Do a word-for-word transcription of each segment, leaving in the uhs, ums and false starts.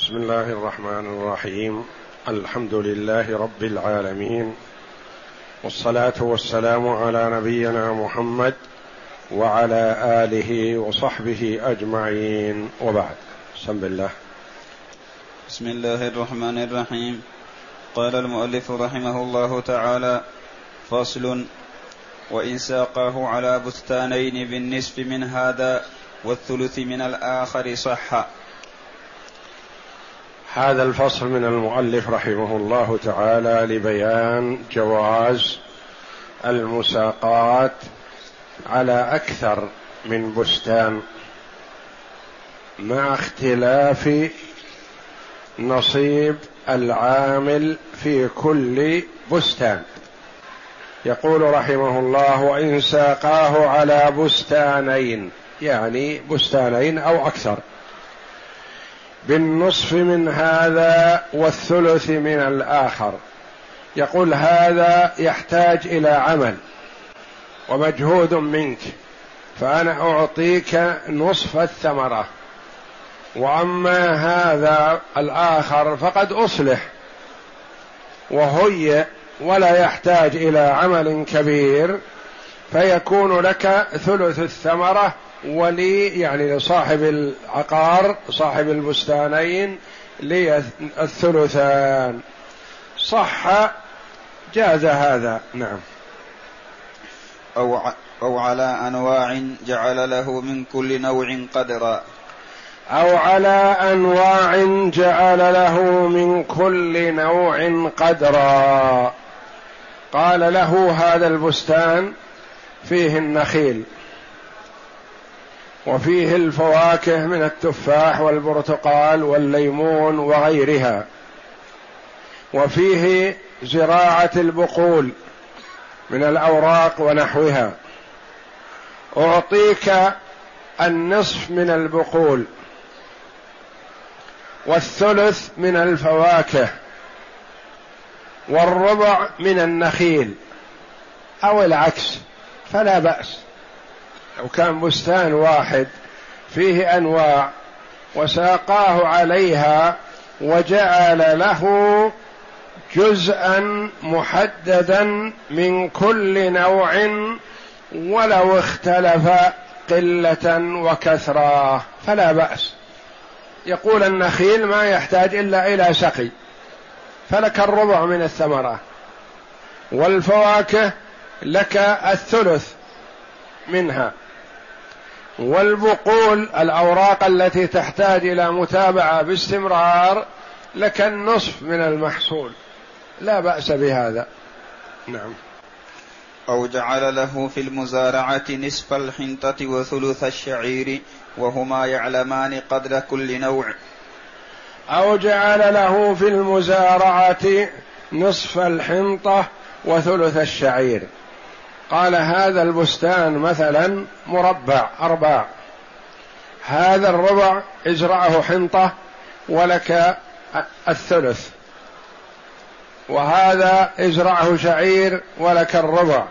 بسم الله الرحمن الرحيم. الحمد لله رب العالمين، والصلاة والسلام على نبينا محمد وعلى آله وصحبه أجمعين، وبعد. بسم الله. بسم الله الرحمن الرحيم. قال المؤلف رحمه الله تعالى: فصل: وإن ساقاه على بستانين بالنصف من هذا والثلث من الآخر صح. هذا الفصل من المؤلف رحمه الله تعالى لبيان جواز المساقات على أكثر من بستان مع اختلاف نصيب العامل في كل بستان. يقول رحمه الله: وإن ساقاه على بستانين، يعني بستانين أو أكثر، بالنصف من هذا والثلث من الآخر. يقول هذا يحتاج إلى عمل ومجهود منك، فأنا أعطيك نصف الثمرة، وأما هذا الآخر فقد أصلح وهيئ ولا يحتاج إلى عمل كبير، فيكون لك ثلث الثمرة، ولي يعني لصاحب العقار صاحب البستانين لي الثلثان. صح، جاز هذا. نعم. أو, أو على أنواع جعل له من كل نوع قدرا. أو على أنواع جعل له من كل نوع قدرا. قال له هذا البستان فيه النخيل، وفيه الفواكه من التفاح والبرتقال والليمون وغيرها، وفيه زراعة البقول من الأوراق ونحوها. أعطيك النصف من البقول والثلث من الفواكه والربع من النخيل، أو العكس فلا بأس. لو كان بستان واحد فيه أنواع وساقاه عليها وجعل له جزءا محددا من كل نوع ولو اختلف قلة وكثرة فلا بأس. يقول النخيل ما يحتاج إلا إلى سقي، فلك الربع من الثمرة، والفواكه لك الثلث منها، والبقول الأوراق التي تحتاج إلى متابعة باستمرار لك النصف من المحصول، لا بأس بهذا. نعم. أو جعل له في المزارعة نصف الحنطة وثلث الشعير وهما يعلمان قدر كل نوع. أو جعل له في المزارعة نصف الحنطة وثلث الشعير. قال هذا البستان مثلا مربع أرباع، هذا الربع ازرعه حنطة ولك الثلث، وهذا ازرعه شعير ولك الربع،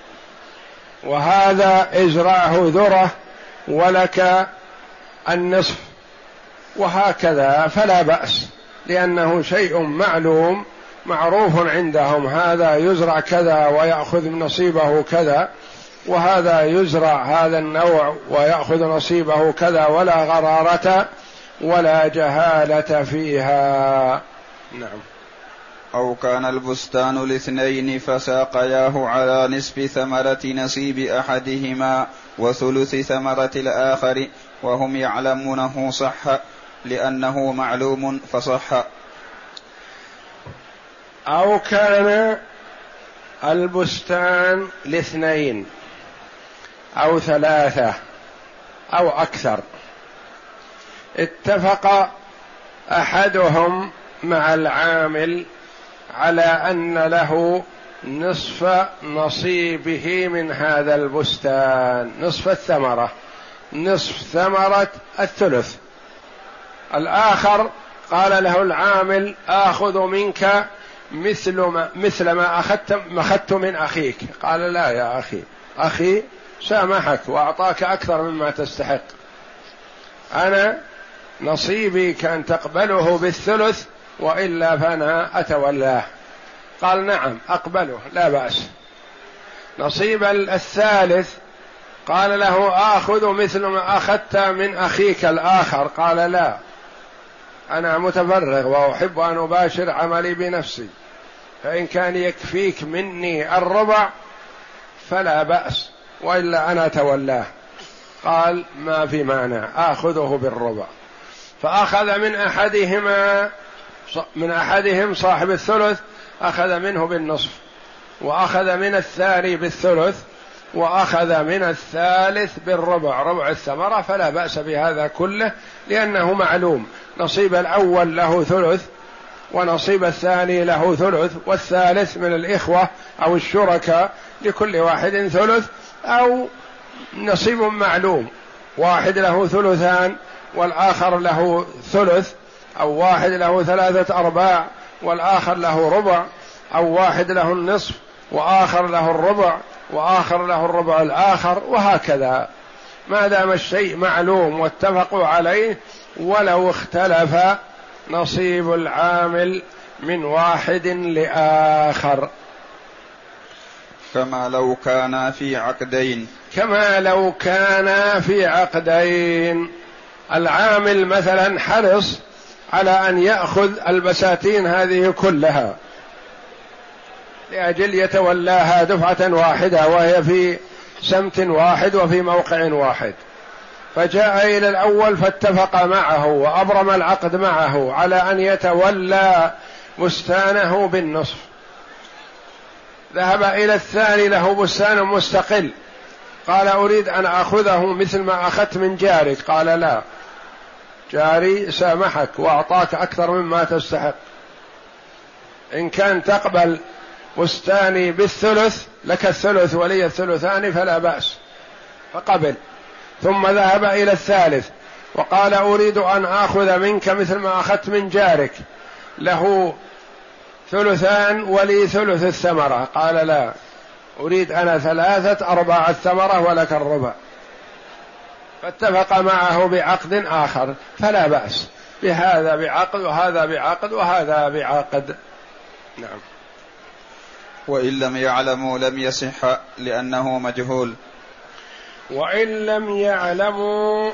وهذا ازرعه ذرة ولك النصف، وهكذا فلا بأس، لأنه شيء معلوم معروف عندهم، هذا يزرع كذا ويأخذ نصيبه كذا، وهذا يزرع هذا النوع ويأخذ نصيبه كذا، ولا غرارة ولا جهالة فيها. نعم. أو كان البستان لاثنين فساقياه على نصف ثمرة نصيب أحدهما وثلث ثمرة الآخر وهم يعلمونه صح، لأنه معلوم فصح. أو كان البستان لاثنين أو ثلاثة أو أكثر، اتفق أحدهم مع العامل على أن له نصف نصيبه من هذا البستان، نصف الثمرة، نصف ثمرة الثلث. الآخر قال له العامل: آخذ منك مثل ما مثل ما أخذت ما أخذت من أخيك. قال: لا يا أخي، أخي سامحك وأعطاك أكثر مما تستحق، أنا نصيبي كان تقبله بالثلث وإلا فأنا أتولاه؟ قال نعم أقبله لا بأس. نصيب الثالث قال له آخذ مثل ما أخذت من أخيك الآخر؟ قال لا، أنا متفرغ وأحب أن أباشر عملي بنفسي، فإن كان يكفيك مني الربع فلا بأس، وإلا أنا تولاه. قال ما في مانع آخذه بالربع. فأخذ من أحدهما من أحدهم صاحب الثلث أخذ منه بالنصف، وأخذ من الثاني بالثلث، وأخذ من الثالث بالربع، ربع الثمرة، فلا بأس بهذا كله، لأنه معلوم نصيب الأول له ثلث ونصيب الثاني له ثلث، والثالث من الإخوة أو الشركاء لكل واحد ثلث، أو نصيب معلوم، واحد له ثلثان والآخر له ثلث، أو واحد له ثلاثة أرباع والآخر له ربع، أو واحد له النصف وآخر له الربع وآخر له الربع الآخر، وهكذا ما دام الشيء معلوم واتفقوا عليه، ولو اختلف نصيب العامل من واحد لآخر. كما لو كان في عقدين كما لو كان في عقدين. العامل مثلا حرص على أن يأخذ البساتين هذه كلها لأجل يتولاها دفعة واحدة وهي في سمت واحد وفي موقع واحد، فجاء إلى الأول فاتفق معه وأبرم العقد معه على أن يتولى بستانه بالنصف. ذهب إلى الثاني له بستان مستقل، قال أريد أن أخذه مثل ما أخذت من جارك. قال لا، جاري سامحك وأعطاك أكثر مما تستحق، إن كان تقبل بستاني بالثلث لك الثلث ولي الثلثان فلا بأس، فقبل. ثم ذهب إلى الثالث وقال أريد أن آخذ منك مثل ما أخذت من جارك، له ثلثان ولي ثلث الثمرة. قال لا، أريد أنا ثلاثة أرباع الثمرة ولك الربع. فاتفق معه بعقد آخر فلا بأس، بهذا بعقد وهذا بعقد وهذا بعقد. نعم. وإن لم يعلموا لم يصح لأنه مجهول. وإن لم يعلموا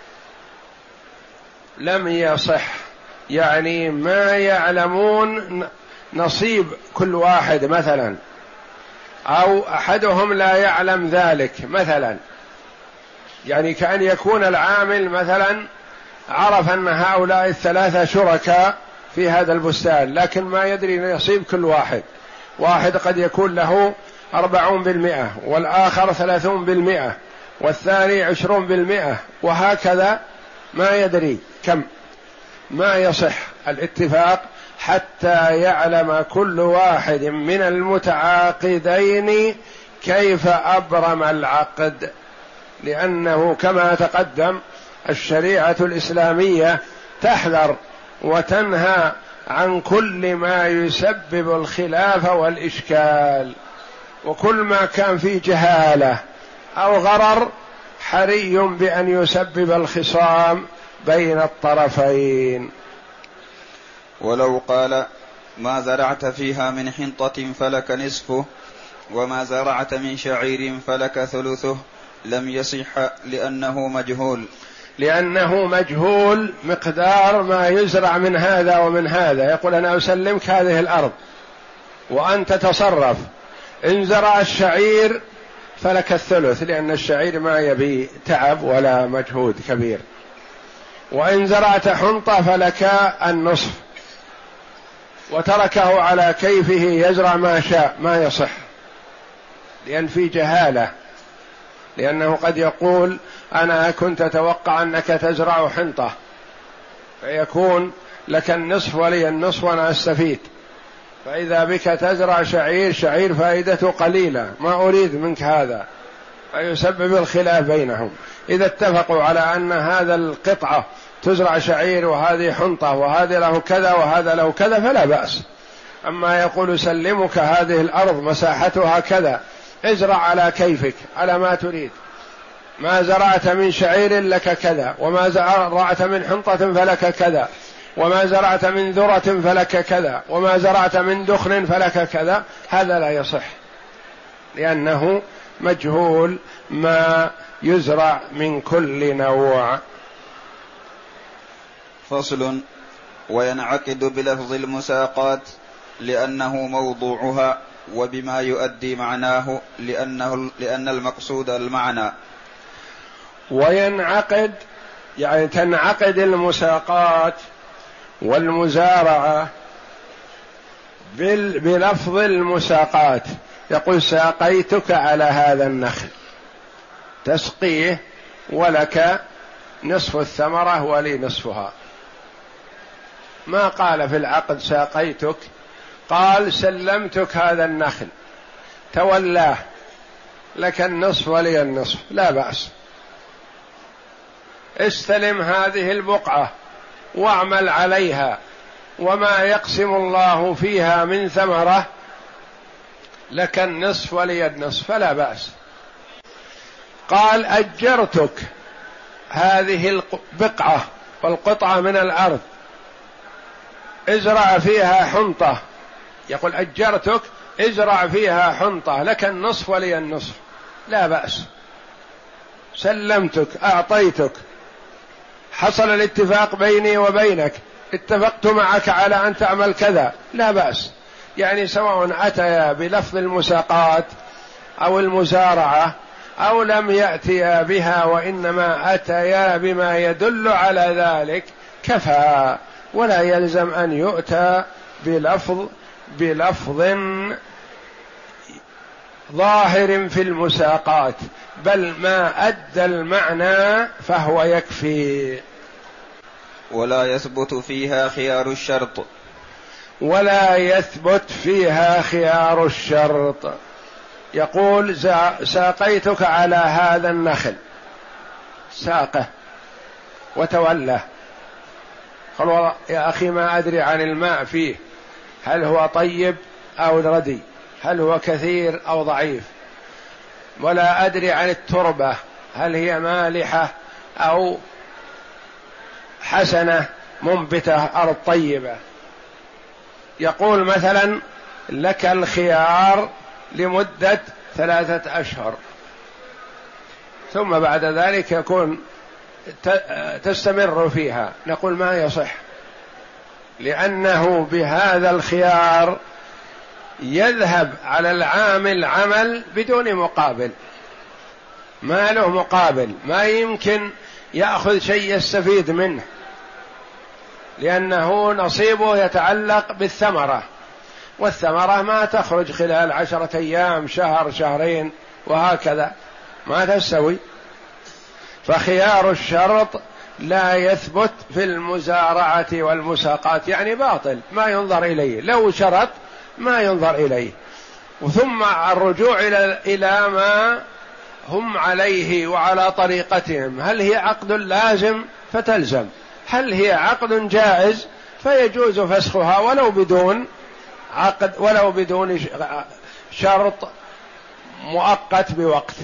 لم يصح، يعني ما يعلمون نصيب كل واحد مثلا، أو أحدهم لا يعلم ذلك مثلا، يعني كأن يكون العامل مثلا عرف أن هؤلاء الثلاثة شركاء في هذا البستان لكن ما يدري نصيب كل واحد. واحد قد يكون له أربعون بالمئة والآخر ثلاثون بالمئة والثاني عشرون بالمئة، وهكذا ما يدري كم. ما يصح الاتفاق حتى يعلم كل واحد من المتعاقدين كيف أبرم العقد، لأنه كما تقدم الشريعة الإسلامية تحذر وتنهى عن كل ما يسبب الخلاف والإشكال، وكل ما كان فيه جهالة أو غرر حري بأن يسبب الخصام بين الطرفين. ولو قال ما زرعت فيها من حنطة فلك نصفه وما زرعت من شعير فلك ثلثه لم يصح لأنه مجهول. لأنه مجهول مقدار ما يزرع من هذا ومن هذا. يقول أنا أسلمك هذه الأرض وأنت تصرف، إن زرع الشعير فلك الثلث لأن الشعير ما يبي تعب ولا مجهود كبير، وإن زرعت حنطة فلك النصف، وتركه على كيفه يزرع ما شاء. ما يصح لأن في جهالة، لأنه قد يقول أنا كنت أتوقع أنك تزرع حنطة فيكون لك النصف ولي النصف وأنا أستفيد، فإذا بك تزرع شعير، شعير فائدته قليلة، ما أريد منك هذا، فيسبب الخلاف بينهم. إذا اتفقوا على أن هذا القطعة تزرع شعير وهذه حنطة وهذا له كذا وهذا له كذا فلا بأس. أما يقول سلمك هذه الأرض مساحتها كذا، ازرع على كيفك على ما تريد، ما زرعت من شعير لك كذا، وما زرعت من حنطة فلك كذا، وما زرعت من ذرة فلك كذا، وما زرعت من دخن فلك كذا، هذا لا يصح لأنه مجهول ما يزرع من كل نوع. فصل: وينعقد بلفظ المساقات لأنه موضوعها وبما يؤدي معناه لأنه لأن المقصود المعنى. وينعقد يعني تنعقد المساقات والمزارعة بلفظ المساقات، يقول ساقيتك على هذا النخل، تسقيه ولك نصف الثمرة ولي نصفها. ما قال في العقد ساقيتك، قال سلمتك هذا النخل تولاه، لك النصف ولي النصف، لا بأس. استلم هذه البقعة واعمل عليها، وما يقسم الله فيها من ثمرة لك النصف ولي النصف، فلا بأس. قال أجرتك هذه البقعة والقطعة من الأرض، ازرع فيها حنطة، يقول أجرتك ازرع فيها حنطة، لك النصف ولي النصف، لا بأس. سلمتك، أعطيتك، حصل الاتفاق بيني وبينك، اتفقت معك على أن تعمل كذا، لا بأس. يعني سواء أتيا بلفظ المساقات أو المزارعة أو لم يأتيا بها، وإنما أتيا بما يدل على ذلك، كفى، ولا يلزم أن يؤتى بلفظ بلفظ ظاهر في المساقات، بل ما أدى المعنى فهو يكفي. ولا يثبت فيها خيار الشرط. ولا يثبت فيها خيار الشرط. يقول ساقيتك على هذا النخل، ساقه وتولى، قال يا أخي ما أدري عن الماء فيه، هل هو طيب أو ردي، هل هو كثير أو ضعيف، ولا أدري عن التربة، هل هي مالحة أو حسنة منبتة أرض طيبة. يقول مثلا لك الخيار لمدة ثلاثة أشهر، ثم بعد ذلك يكون تستمر فيها، نقول ما يصح، لأنه بهذا الخيار يذهب على العامل عمل بدون مقابل، ما له مقابل، ما يمكن يأخذ شيء يستفيد منه، لأنه نصيبه يتعلق بالثمرة، والثمرة ما تخرج خلال عشرة أيام، شهر، شهرين، وهكذا ما تستوي. فخيار الشرط لا يثبت في المزارعة والمساقات، يعني باطل، ما ينظر إليه، لو شرط ما ينظر إليه. ثم الرجوع إلى إلى ما هم عليه وعلى طريقتهم، هل هي عقد لازم فتلزم، هل هي عقد جائز فيجوز فسخها ولو بدون عقد، ولو بدون شرط مؤقت بوقت.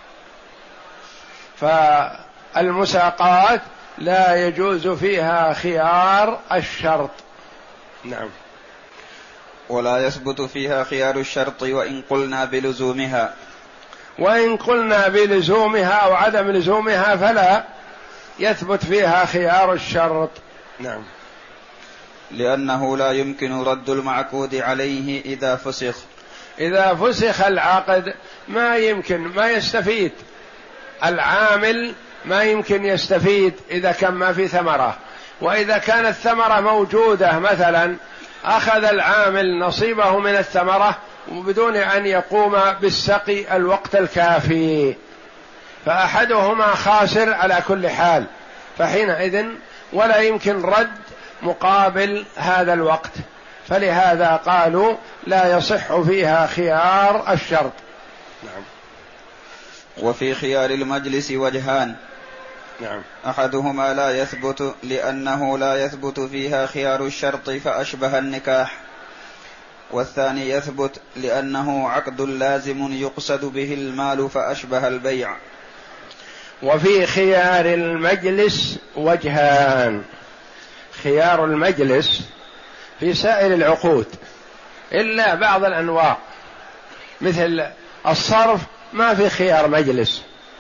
فالمساقات لا يجوز فيها خيار الشرط. نعم. ولا يثبت فيها خيار الشرط وإن قلنا بلزومها. وإن قلنا بلزومها أو عدم لزومها فلا يثبت فيها خيار الشرط. نعم. لأنه لا يمكن رد المعقود عليه إذا فسخ. إذا فسخ العقد ما يمكن، ما يستفيد العامل، ما يمكن يستفيد إذا كان ما في ثمرة. وإذا كانت الثمرة موجودة مثلا أخذ العامل نصيبه من الثمرة بدون أن يقوم بالسقي الوقت الكافي، فأحدهما خاسر على كل حال، فحينئذ ولا يمكن رد مقابل هذا الوقت، فلهذا قالوا لا يصح فيها خيار الشرط. نعم. وفي خيار المجلس وجهان. نعم. أحدهما لا يثبت لأنه لا يثبت فيها خيار الشرط فأشبه النكاح، والثاني يثبت لأنه عقد لازم يقصد به المال فأشبه البيع. وفي خيار المجلس وجهان: خيار المجلس في سائر العقود إلا بعض الأنواع، مثل الصرف ما في خيار مجلس،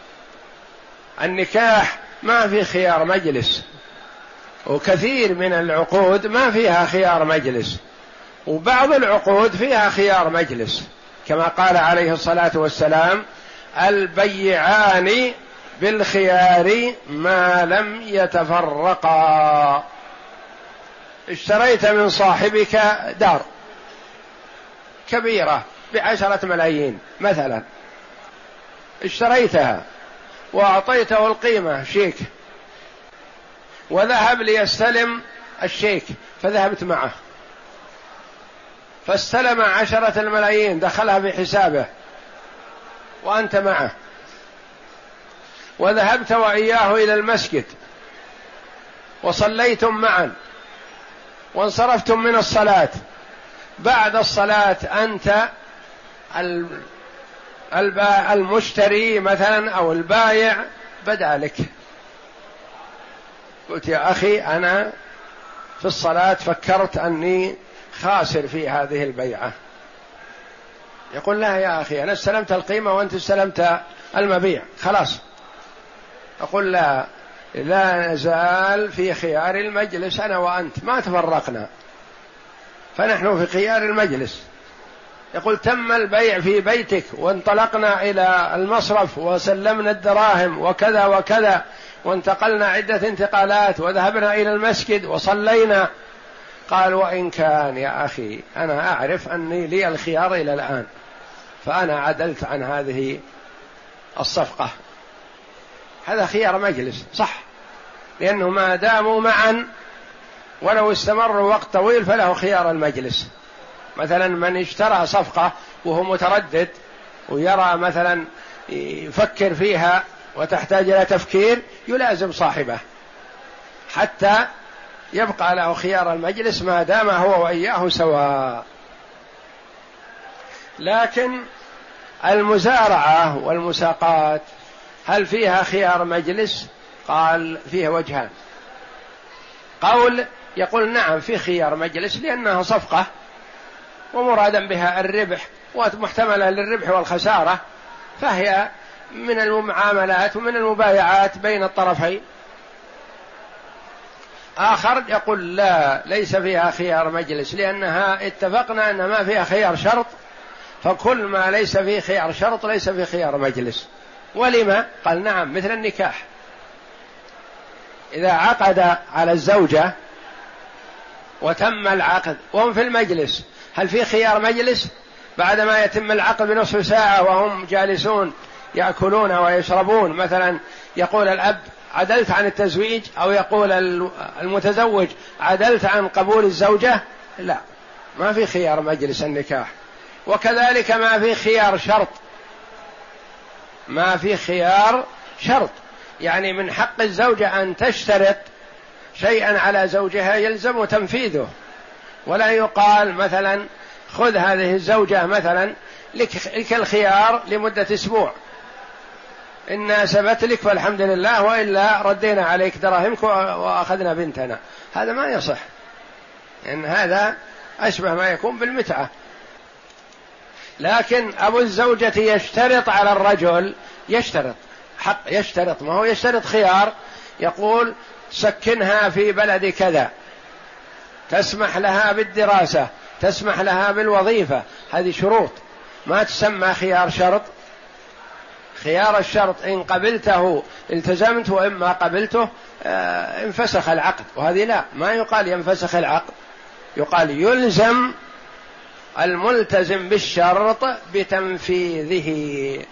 النكاح ما في خيار مجلس، وكثير من العقود ما فيها خيار مجلس، وبعض العقود فيها خيار مجلس، كما قال عليه الصلاة والسلام: البيعان بالخيار ما لم يتفرقا. اشتريت من صاحبك دار كبيرة بعشرة ملايين مثلا، اشتريتها وأعطيته القيمة شيك، وذهب ليستلم الشيك، فذهبت معه فاستلم عشرة الملايين، دخلها في حسابه وأنت معه، وذهبت وإياه إلى المسجد وصليتم معا وانصرفتم من الصلاة، بعد الصلاة أنت المشتري مثلا أو البايع بدأ لك، قلت: يا أخي أنا في الصلاة فكرت أني خاسر في هذه البيعة. يقول: لا يا أخي، أنا استلمت القيمة وأنت استلمت المبيع، خلاص. أقول: لا لا نزال في خيار المجلس أنا وأنت، ما تفرقنا، فنحن في خيار المجلس. يقول: تم البيع في بيتك وانطلقنا إلى المصرف وسلمنا الدراهم وكذا وكذا، وانتقلنا عدة انتقالات وذهبنا إلى المسجد وصلينا. قال: وإن كان يا أخي أنا أعرف أني لي الخيار إلى الآن، فأنا عدلت عن هذه الصفقة. هذا خيار مجلس صح، لأنه ما داموا معا ولو استمروا وقت طويل فله خيار المجلس. مثلا من اشترى صفقة وهو متردد ويرى مثلا يفكر فيها وتحتاج إلى تفكير، يلازم صاحبه حتى يبقى له خيار المجلس ما دام هو وإياه سواء. لكن المزارعة والمساقات هل فيها خيار مجلس؟ قال: فيها وجهان. قول يقول: نعم في خيار مجلس، لأنها صفقة ومرادا بها الربح ومحتملة للربح والخسارة، فهي من المعاملات ومن المبايعات بين الطرفين. آخر يقول: لا، ليس فيها خيار مجلس، لأنها اتفقنا أن ما فيها خيار شرط، فكل ما ليس فيه خيار شرط ليس فيه خيار مجلس. ولما؟ قال: نعم، مثل النكاح، إذا عقد على الزوجة وتم العقد وهم في المجلس، هل في خيار مجلس بعدما يتم العقد بنصف ساعة وهم جالسون يأكلون ويشربون؟ مثلا يقول الأب: عدلت عن التزويج، أو يقول المتزوج: عدلت عن قبول الزوجة. لا، ما في خيار مجلس النكاح. وكذلك ما في خيار شرط، ما في خيار شرط، يعني من حق الزوجة أن تشترط شيئا على زوجها يلزم تنفيذه، ولا يقال مثلا: خذ هذه الزوجة مثلا لك الخيار لمدة أسبوع، إن ناسبت لك فالحمد لله، وإلا ردينا عليك دراهمك وأخذنا بنتنا. هذا ما يصح، إن هذا أشبه ما يكون بالمتعة. لكن أبو الزوجة يشترط على الرجل، يشترط حق، يشترط، ما هو يشترط خيار، يقول: سكنها في بلد كذا، تسمح لها بالدراسة، تسمح لها بالوظيفة. هذه شروط ما تسمى خيار شرط. خيار الشرط إن قبلته التزمت، وإما قبلته آه انفسخ العقد، وهذه لا، ما يقال ينفسخ العقد، يقال يلزم الملتزم بالشرط بتنفيذه.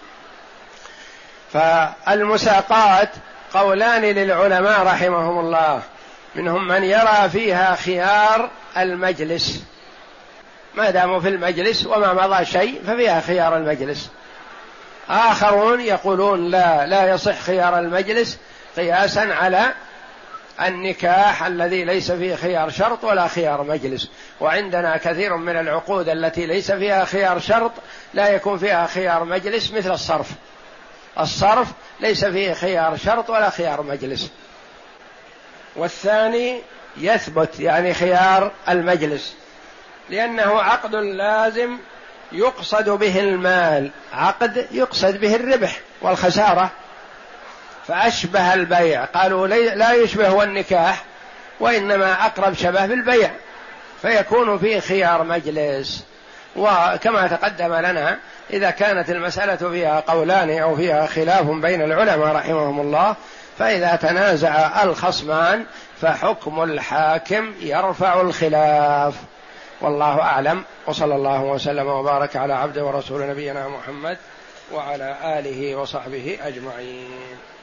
فالمساقات قولان للعلماء رحمهم الله، منهم من يرى فيها خيار المجلس، ما داموا في المجلس وما مضى شيء ففيها خيار المجلس. آخرون يقولون لا، لا يصح خيار المجلس، قياسا على النكاح الذي ليس فيه خيار شرط ولا خيار مجلس. وعندنا كثير من العقود التي ليس فيها خيار شرط لا يكون فيها خيار مجلس، مثل الصرف، الصرف ليس فيه خيار شرط ولا خيار مجلس. والثاني يثبت يعني خيار المجلس، لأنه عقد لازم يقصد به المال، عقد يقصد به الربح والخسارة، فأشبه البيع. قالوا لا يشبه النكاح وإنما أقرب شبه بالبيع، فيكون فيه خيار مجلس. وكما تقدم لنا إذا كانت المسألة فيها قولان أو فيها خلاف بين العلماء رحمهم الله، فإذا تنازع الخصمان فحكم الحاكم يرفع الخلاف. والله أعلم، وصلى الله وسلم وبارك على عبده ورسول نبينا محمد وعلى آله وصحبه أجمعين.